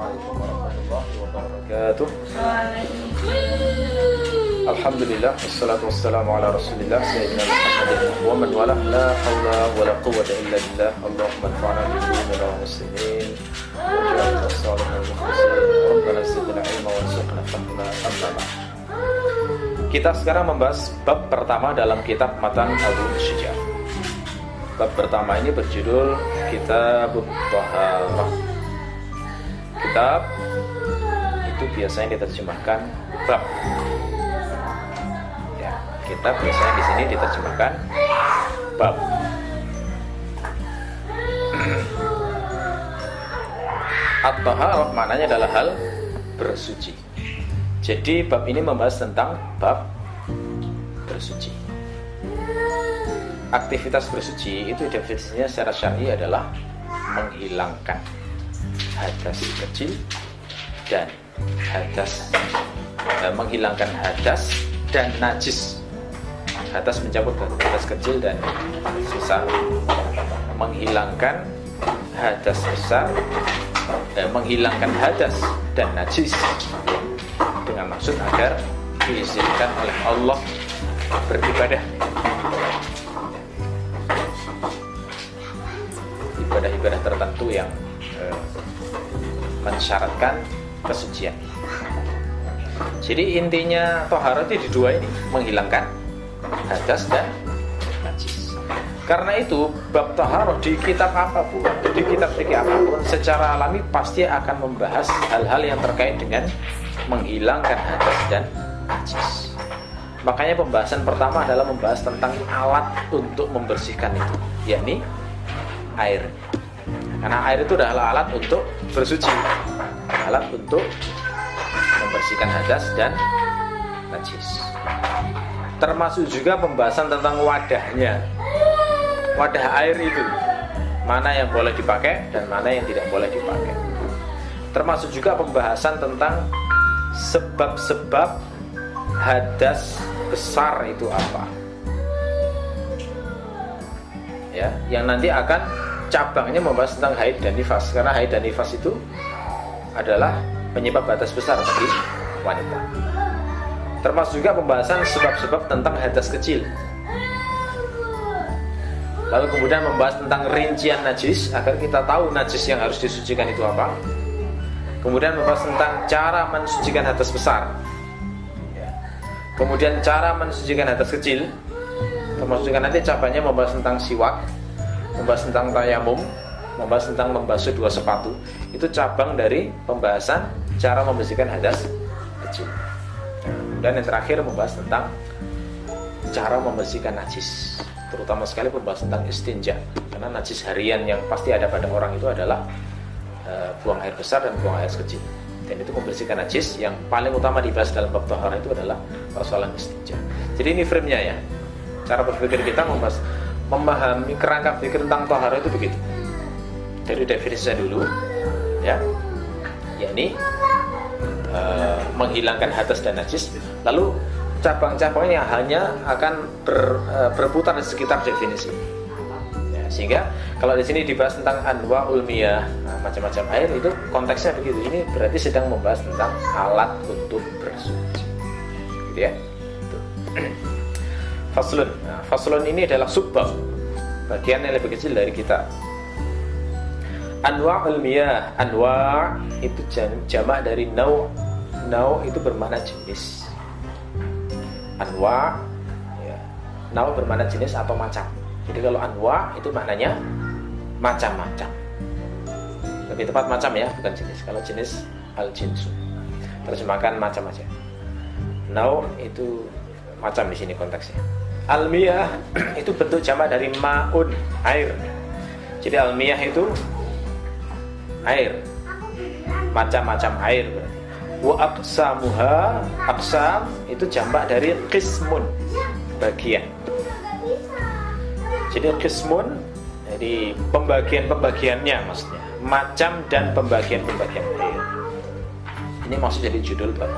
Assalamualaikum warahmatullahi wabarakatuh. Alhamdulillah, wassalatu wassalamu ala rasulillah sayyidina Muhammadin wa man wala, la hawla wa la quwwata illa billah. Allahumma anfa'na bihi wa muslimin wa ja'alna salihin mukhlisin. Rabbana zidna ilma warzuqna fahma. Amma ba'd. Kita sekarang membahas bab pertama dalam kitab Matan Abu Syuja'. Bab pertama ini berjudul Kitab Thaharah. Kitab itu biasanya diterjemahkan bab. Ya, kitab biasanya di sini diterjemahkan bab. At-Thaharah maknanya adalah hal bersuci. Jadi bab ini membahas tentang bab bersuci. Aktivitas bersuci itu definisinya secara syar'i adalah menghilangkan hadas kecil dan menghilangkan hadas dan najis. Hadas mencakup hadas kecil dan besar. Menghilangkan hadas besar, menghilangkan hadas dan najis dengan maksud agar diizinkan oleh Allah beribadah. Ibadah-ibadah tertentu yang mensyaratkan kesucian. Jadi intinya thaharah itu di dua ini, menghilangkan hadas dan najis. Karena itu bab thaharah di kitab apapun, di kitab fikih apapun, secara alami pasti akan membahas hal-hal yang terkait dengan menghilangkan hadas dan najis. Makanya pembahasan pertama adalah membahas tentang alat untuk membersihkan itu, yakni air. Karena air itu adalah alat untuk bersuci, alat untuk membersihkan hadas dan najis. Termasuk juga pembahasan tentang wadahnya, wadah air itu, mana yang boleh dipakai dan mana yang tidak boleh dipakai. Termasuk juga pembahasan tentang sebab-sebab hadas besar itu apa, ya, yang nanti akan cabangnya membahas tentang haid dan nifas. Karena haid dan nifas itu adalah penyebab hadas besar bagi wanita. Termasuk juga pembahasan sebab-sebab tentang hadas kecil. Lalu kemudian membahas tentang rincian najis agar kita tahu najis yang harus disucikan itu apa. Kemudian membahas tentang cara mensucikan hadas besar, kemudian cara mensucikan hadas kecil. Termasuk juga nanti cabangnya membahas tentang siwak, membahas tentang tayamum, membahas tentang membasuh dua sepatu. Itu cabang dari pembahasan cara membersihkan hadas kecil. Dan yang terakhir membahas tentang cara membersihkan najis, terutama sekali membahas tentang istinja. Karena najis harian yang pasti ada pada orang itu adalah buang air besar dan buang air kecil. Dan itu membersihkan najis yang paling utama dibahas dalam bab thaharah itu adalah persoalan istinja. Jadi ini frame-nya ya. Cara berpikir kita memahami kerangka pikir tentang thaharah itu begitu. Dari definisinya dulu, ya, yakni menghilangkan hadas dan najis. Lalu cabang-cabangnya hanya akan berputar di sekitar definisi. Ya, sehingga kalau di sini dibahas tentang anwa'ul miyah, macam-macam air, itu konteksnya begitu. Ini berarti sedang membahas tentang alat untuk bersuci, gitu ya. Faslun. Nah, faslun ini adalah subbab, bagian yang lebih kecil dari kita. Anwa'ul miyah, anwa' itu jamak dari nau'. Nau' itu bermakna jenis. Anwa', ya, nau' bermakna jenis atau macam. Jadi kalau anwa' itu maknanya macam-macam. Lebih tepat macam ya, bukan jenis. Kalau jenis al-jinsu, terjemahkan macam aja. Nau' itu macam di sini konteksnya. Al-miyah itu bentuk jamak dari ma'un, air. Jadi al-miyah itu air, macam-macam air berarti. Wa aqsamuha, aqsam itu jamak dari qismun, bagian. Jadi qismun, jadi pembagian-pembagiannya maksudnya, macam dan pembagian-pembagian air. Ini maksud jadi judul bab.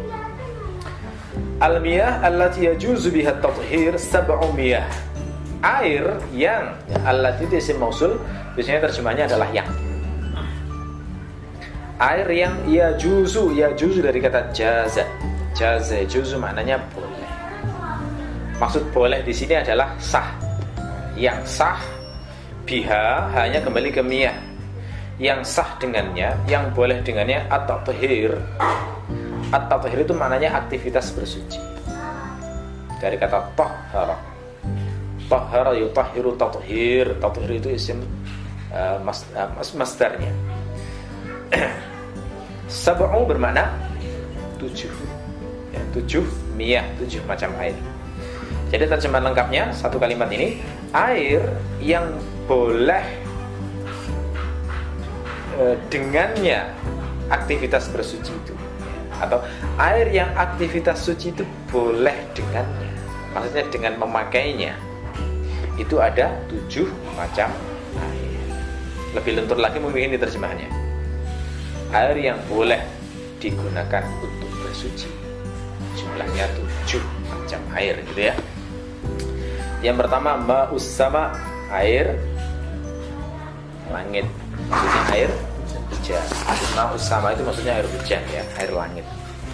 Al-miyah allati yajuzu biha at-tathhir sab'u miyah. Air yang allati itu isim mausul, biasanya terjemahnya adalah yang. air yang yajuzu dari kata jaza. Jaza yajuzu maknanya boleh. Maksud boleh di sini adalah sah. Yang sah biha hanya kembali ke miyah. Yang sah dengannya, yang boleh dengannya at-tathhir. At-tathhir itu maknanya aktivitas bersuci. Dari kata tahhara. Tahhara yutahhiru tathhir. Tathhir itu isim masdarnya. Sab'u bermakna 7. Ya, 7 miyah, 7 macam air. Jadi terjemahan lengkapnya satu kalimat ini, air yang boleh dengannya aktivitas bersuci itu, atau air yang aktivitas suci itu boleh dengannya, maksudnya dengan memakainya. Itu ada 7 macam air. Lebih lentur lagi mungkin ini terjemahannya. Air yang boleh digunakan untuk bersuci, jumlahnya 7 macam air gitu ya. Yang pertama ma'us sama, air langit, maksudnya air hujan. Ma'us sama itu maksudnya air hujan ya, air langit.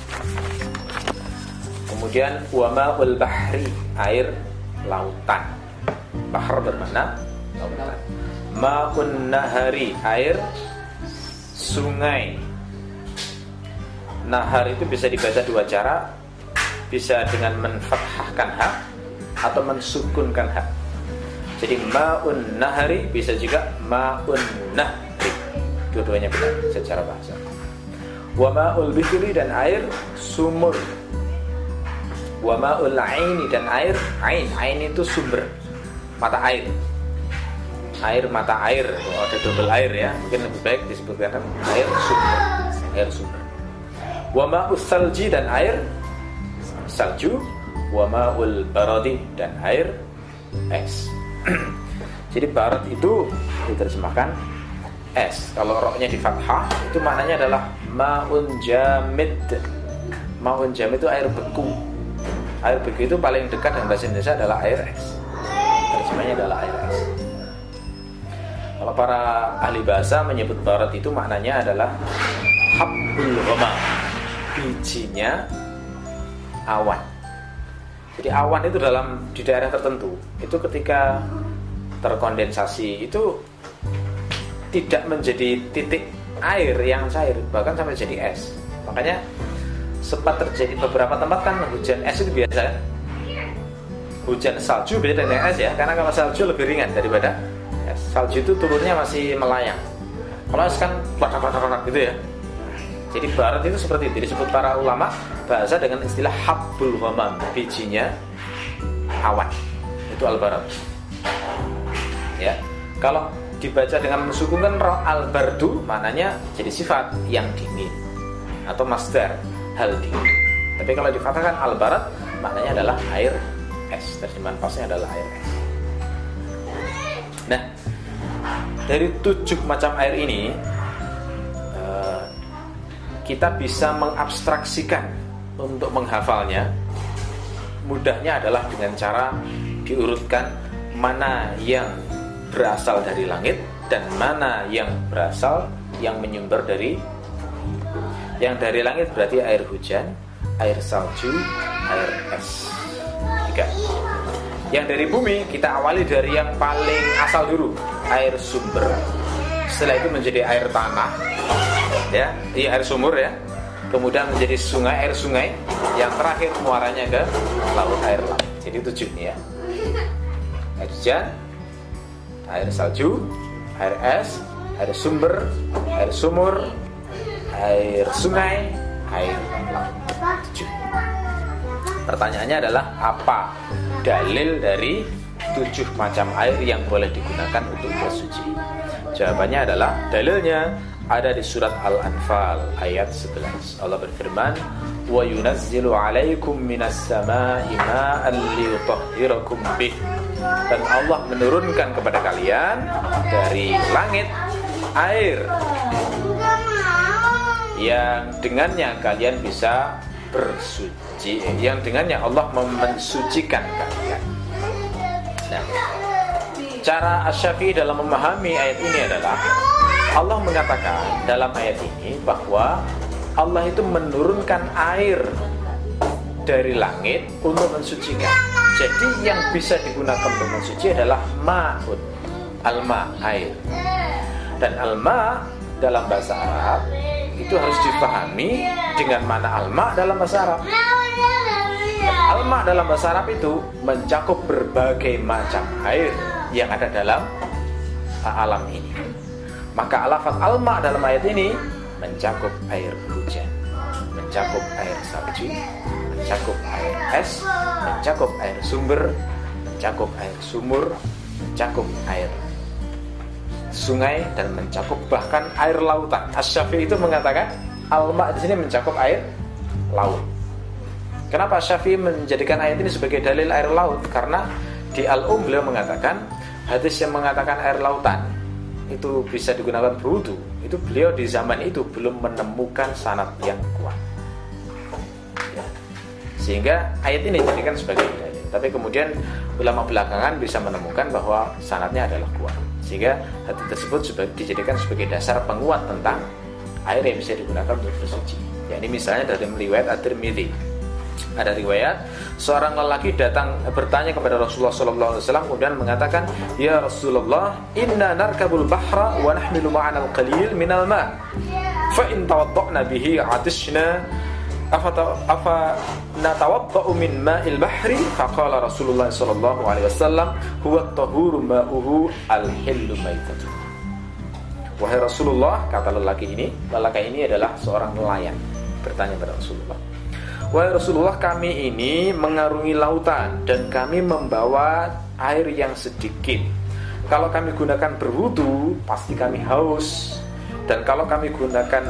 Kemudian wa ma'ul bahri, air lautan. Bahr bermakna lautan. Ma'un nahari, air sungai. Nahar itu bisa dibaca 2 cara, bisa dengan menfathahkan ha atau mensukunkan ha. Jadi ma'un nahari bisa juga ma'un nahri. Dua-duanya benar secara bahasa. Wa ma'ul bihri, dan air sumur. Wa ma'ul aini, dan air ain. Ain itu sumber, mata air. Air mata air, ada double air ya. Mungkin lebih baik disebutkan air sumber. Air sumber. Wa ma'us salji, dan air salju. Wa ma'ul baradi, dan air es. Jadi barat itu diterjemahkan es. Kalau roknya di fathah itu maknanya adalah ma'un jamid. Ma'un jamid itu air beku. Air beku itu paling dekat dengan bahasa Indonesia adalah air es. Terjemahnya adalah air es. Kalau para ahli bahasa menyebut barat itu maknanya adalah habbul ghamam, bijinya awan. Jadi awan itu di daerah tertentu itu ketika terkondensasi itu tidak menjadi titik air yang cair, bahkan sampai jadi es. Makanya sempat terjadi beberapa tempat kan hujan es itu biasa. Hujan salju beda dengan es ya, karena kalau salju lebih ringan daripada es. Salju itu turunnya masih melayang. Kalau es kan platak gitu ya. Jadi barat itu seperti itu, disebut para ulama bahasa dengan istilah habbul ghamam, bijinya awan. Itu al-barat. Ya. Kalau dibaca dengan mensukunkan roh al-bardu, maknanya jadi sifat yang dingin atau masdar hal dingin. Tapi kalau difatahkan al-barat, maknanya adalah air es. Terjemahan pasnya adalah air es. Nah, dari 7 macam air ini kita bisa mengabstraksikan untuk menghafalnya. Mudahnya adalah dengan cara diurutkan mana yang berasal dari langit dan mana yang menyumber dari yang dari langit. Berarti air hujan, air salju, air es. 3. Yang dari bumi kita awali dari yang paling asal dulu, air sumber. Setelah itu menjadi air tanah, ya, air sumur ya. Kemudian menjadi sungai, air sungai. Yang terakhir muaranya ke laut, air laut. Jadi 7 nih ya. Air hujan, air salju, air es, air sumber, air sumur, air sungai, air laut. 7. Pertanyaannya adalah apa dalil dari 7 macam air yang boleh digunakan untuk bersuci? Jawabannya adalah dalilnya ada di surat Al-Anfal ayat 11. Allah berfirman, "Wa yunazzilu 'alaikum minas sama'i ma'an liyutahhirakum bih." Dan Allah menurunkan kepada kalian dari langit air yang dengannya kalian bisa bersuci, yang dengannya Allah mensucikan kalian. Nah, cara Asy-Syafi'i dalam memahami ayat ini adalah Allah mengatakan dalam ayat ini bahwa Allah itu menurunkan air dari langit untuk mensucikan. Jadi yang bisa digunakan untuk mensuci adalah ma'ud, alma, air. Dan alma dalam bahasa Arab itu harus dipahami dengan mana alma dalam bahasa Arab. Dan alma dalam bahasa Arab itu mencakup berbagai macam air yang ada dalam alam ini. Maka lafaz alma dalam ayat ini mencakup air hujan, mencakup air salju, mencakup air es, mencakup air sumber, mencakup air sumur, mencakup air sungai, dan mencakup bahkan air lautan. Asy-Syafi'i itu mengatakan alma di sini mencakup air laut. Kenapa Asy-Syafi'i menjadikan ayat ini sebagai dalil air laut? Karena di beliau mengatakan hadis yang mengatakan air lautan itu bisa digunakan berwudu, itu beliau di zaman itu belum menemukan sanad yang kuat. Sehingga ayat ini dijadikan sebagai dalil. Tapi kemudian ulama belakangan bisa menemukan bahwa sanadnya adalah kuat. Sehingga hadis tersebut dijadikan sebagai dasar penguat tentang air yang bisa digunakan untuk bersuci. Ya, ini misalnya dari riwayat At-Tirmidzi. Ada riwayat seorang lelaki datang bertanya kepada Rasulullah SAW, kemudian mengatakan, "Ya Rasulullah, inna narkabul bahra wa nahmilu ma'ana al-qalil minal ma'. Fa in tawadda'na bihi 'atishna afa natawadda'u min ma'il bahri?" Faqala Rasulullah sallallahu alaihi wasallam, "Huwa at-tahuru ma'uhu al-hillu maitatu." Wahai Rasulullah, kata lelaki ini adalah seorang nelayan, bertanya kepada Rasulullah, "Wahai Rasulullah, kami ini mengarungi lautan dan kami membawa air yang sedikit. Kalau kami gunakan berwudu, pasti kami haus. Dan kalau kami gunakan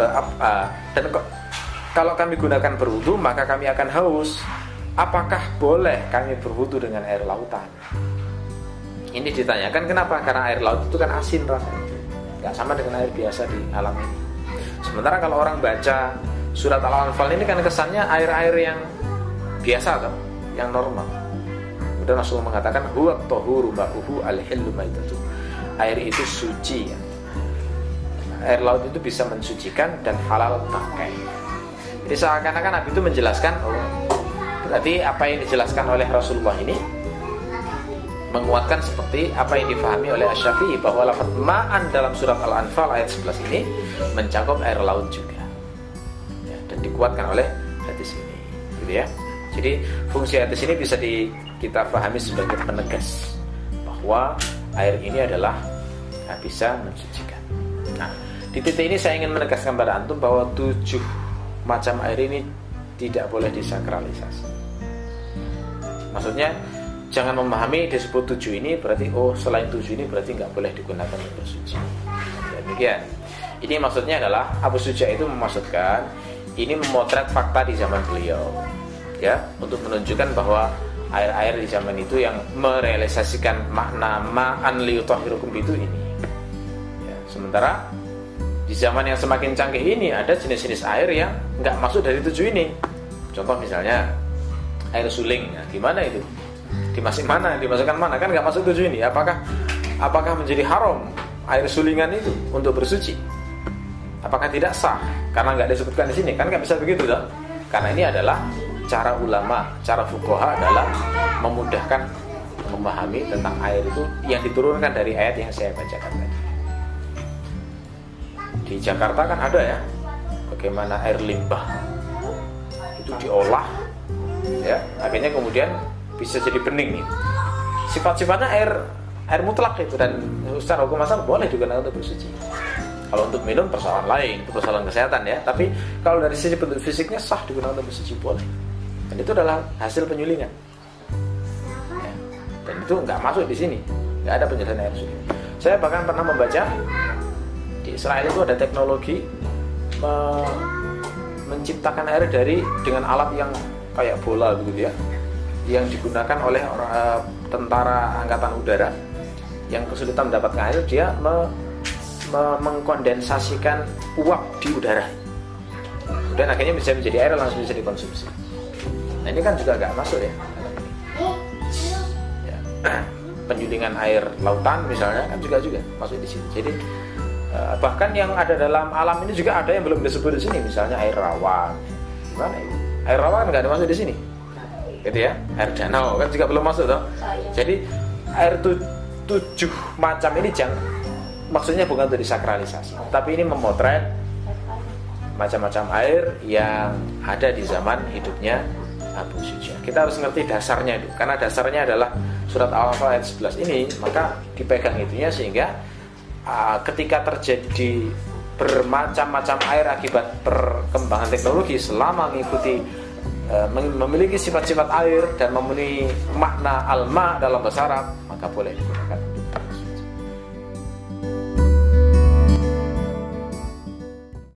kalau kami gunakan berwudu, maka kami akan haus. Apakah boleh kami berwudu dengan air lautan?" Ini ditanyakan kenapa? Karena air laut itu kan asin rasanya, nggak sama dengan air biasa di alam ini. Sementara kalau orang baca surat Al-Anfal ini kan kesannya air-air yang biasa atau yang normal. Kemudian Rasulullah mengatakan, "Huwa at-tahuru ma'uhu al-hillu maitatu." Air itu suci ya. Air laut itu bisa mensucikan dan halal pakai. Jadi seakan-akan Nabi itu menjelaskan, berarti apa yang dijelaskan oleh Rasulullah ini menguatkan seperti apa yang difahami oleh Asy-Syafi'i, bahwa lafaz ma'an dalam surat Al-Anfal ayat 11 ini mencakup air laut juga ya, dan dikuatkan oleh hadis ini gitu ya. Jadi fungsi hadis ini bisa kita pahami sebagai penegas bahwa air ini adalah bisa mensucikan. Nah, di titik ini saya ingin menegaskan pada antum bahwa 7 macam air ini tidak boleh disakralisasi. Maksudnya jangan memahami disebut 7 ini berarti selain 7 ini berarti nggak boleh digunakan untuk bersuci. Demikian. Ini maksudnya adalah Abu Suja itu memaksudkan ini memotret fakta di zaman beliau, ya, untuk menunjukkan bahwa air-air di zaman itu yang merealisasikan makna ma'an liyutahhirukum itu ini. Ya, sementara di zaman yang semakin canggih ini ada jenis-jenis air yang nggak masuk dari 7 ini. Contoh misalnya air suling. Nah, gimana itu? Dimasukkan mana? Kan nggak masuk 7 ini. Apakah menjadi haram air sulingan itu untuk bersuci? Apakah tidak sah? Karena nggak disebutkan di sini. Kan nggak bisa begitu toh? Karena ini adalah cara ulama, cara fuqaha adalah memudahkan memahami tentang air itu yang diturunkan dari ayat yang saya bacakan tadi. Di Jakarta kan ada ya, bagaimana air limbah itu diolah, ya, akhirnya kemudian bisa jadi bening nih. Sifat-sifatnya air mutlak itu, dan secara hukum asal boleh digunakan untuk bersuci. Kalau untuk minum persoalan lain, itu persoalan kesehatan ya. Tapi kalau dari sisi bentuk fisiknya sah digunakan untuk bersuci boleh. Dan itu adalah hasil penyulingan. Ya. Dan itu nggak masuk di sini, nggak ada penjelasan air suci. Saya bahkan pernah membaca di Israel itu ada teknologi menciptakan air dengan alat yang kayak bola begitu ya, yang digunakan oleh tentara angkatan udara yang kesulitan mendapatkan air. Dia mengkondensasikan uap di udara, dan akhirnya bisa menjadi air langsung bisa dikonsumsi. Nah ini kan juga nggak masuk ya. Penyulingan air lautan misalnya kan juga masuk di sini. Jadi Bahkan yang ada dalam alam ini juga ada yang belum disebut di sini, misalnya air rawa. Gimana itu? Air rawa kan nggak ada masuk di sini, gitu ya. Air danau kan juga belum masuk, toh. Jadi air 7 macam ini maksudnya bukan untuk disakralisasi, tapi ini memotret macam-macam air yang ada di zaman hidupnya Abu Sufyan. Kita harus ngerti dasarnya itu, karena dasarnya adalah surat Al-Anfal ayat 11 ini, maka dipegang itunya sehingga ketika terjadi bermacam-macam air akibat perkembangan teknologi, selama mengikuti memiliki sifat-sifat air dan memenuhi makna alma dalam bahasa Arab, maka boleh digunakan.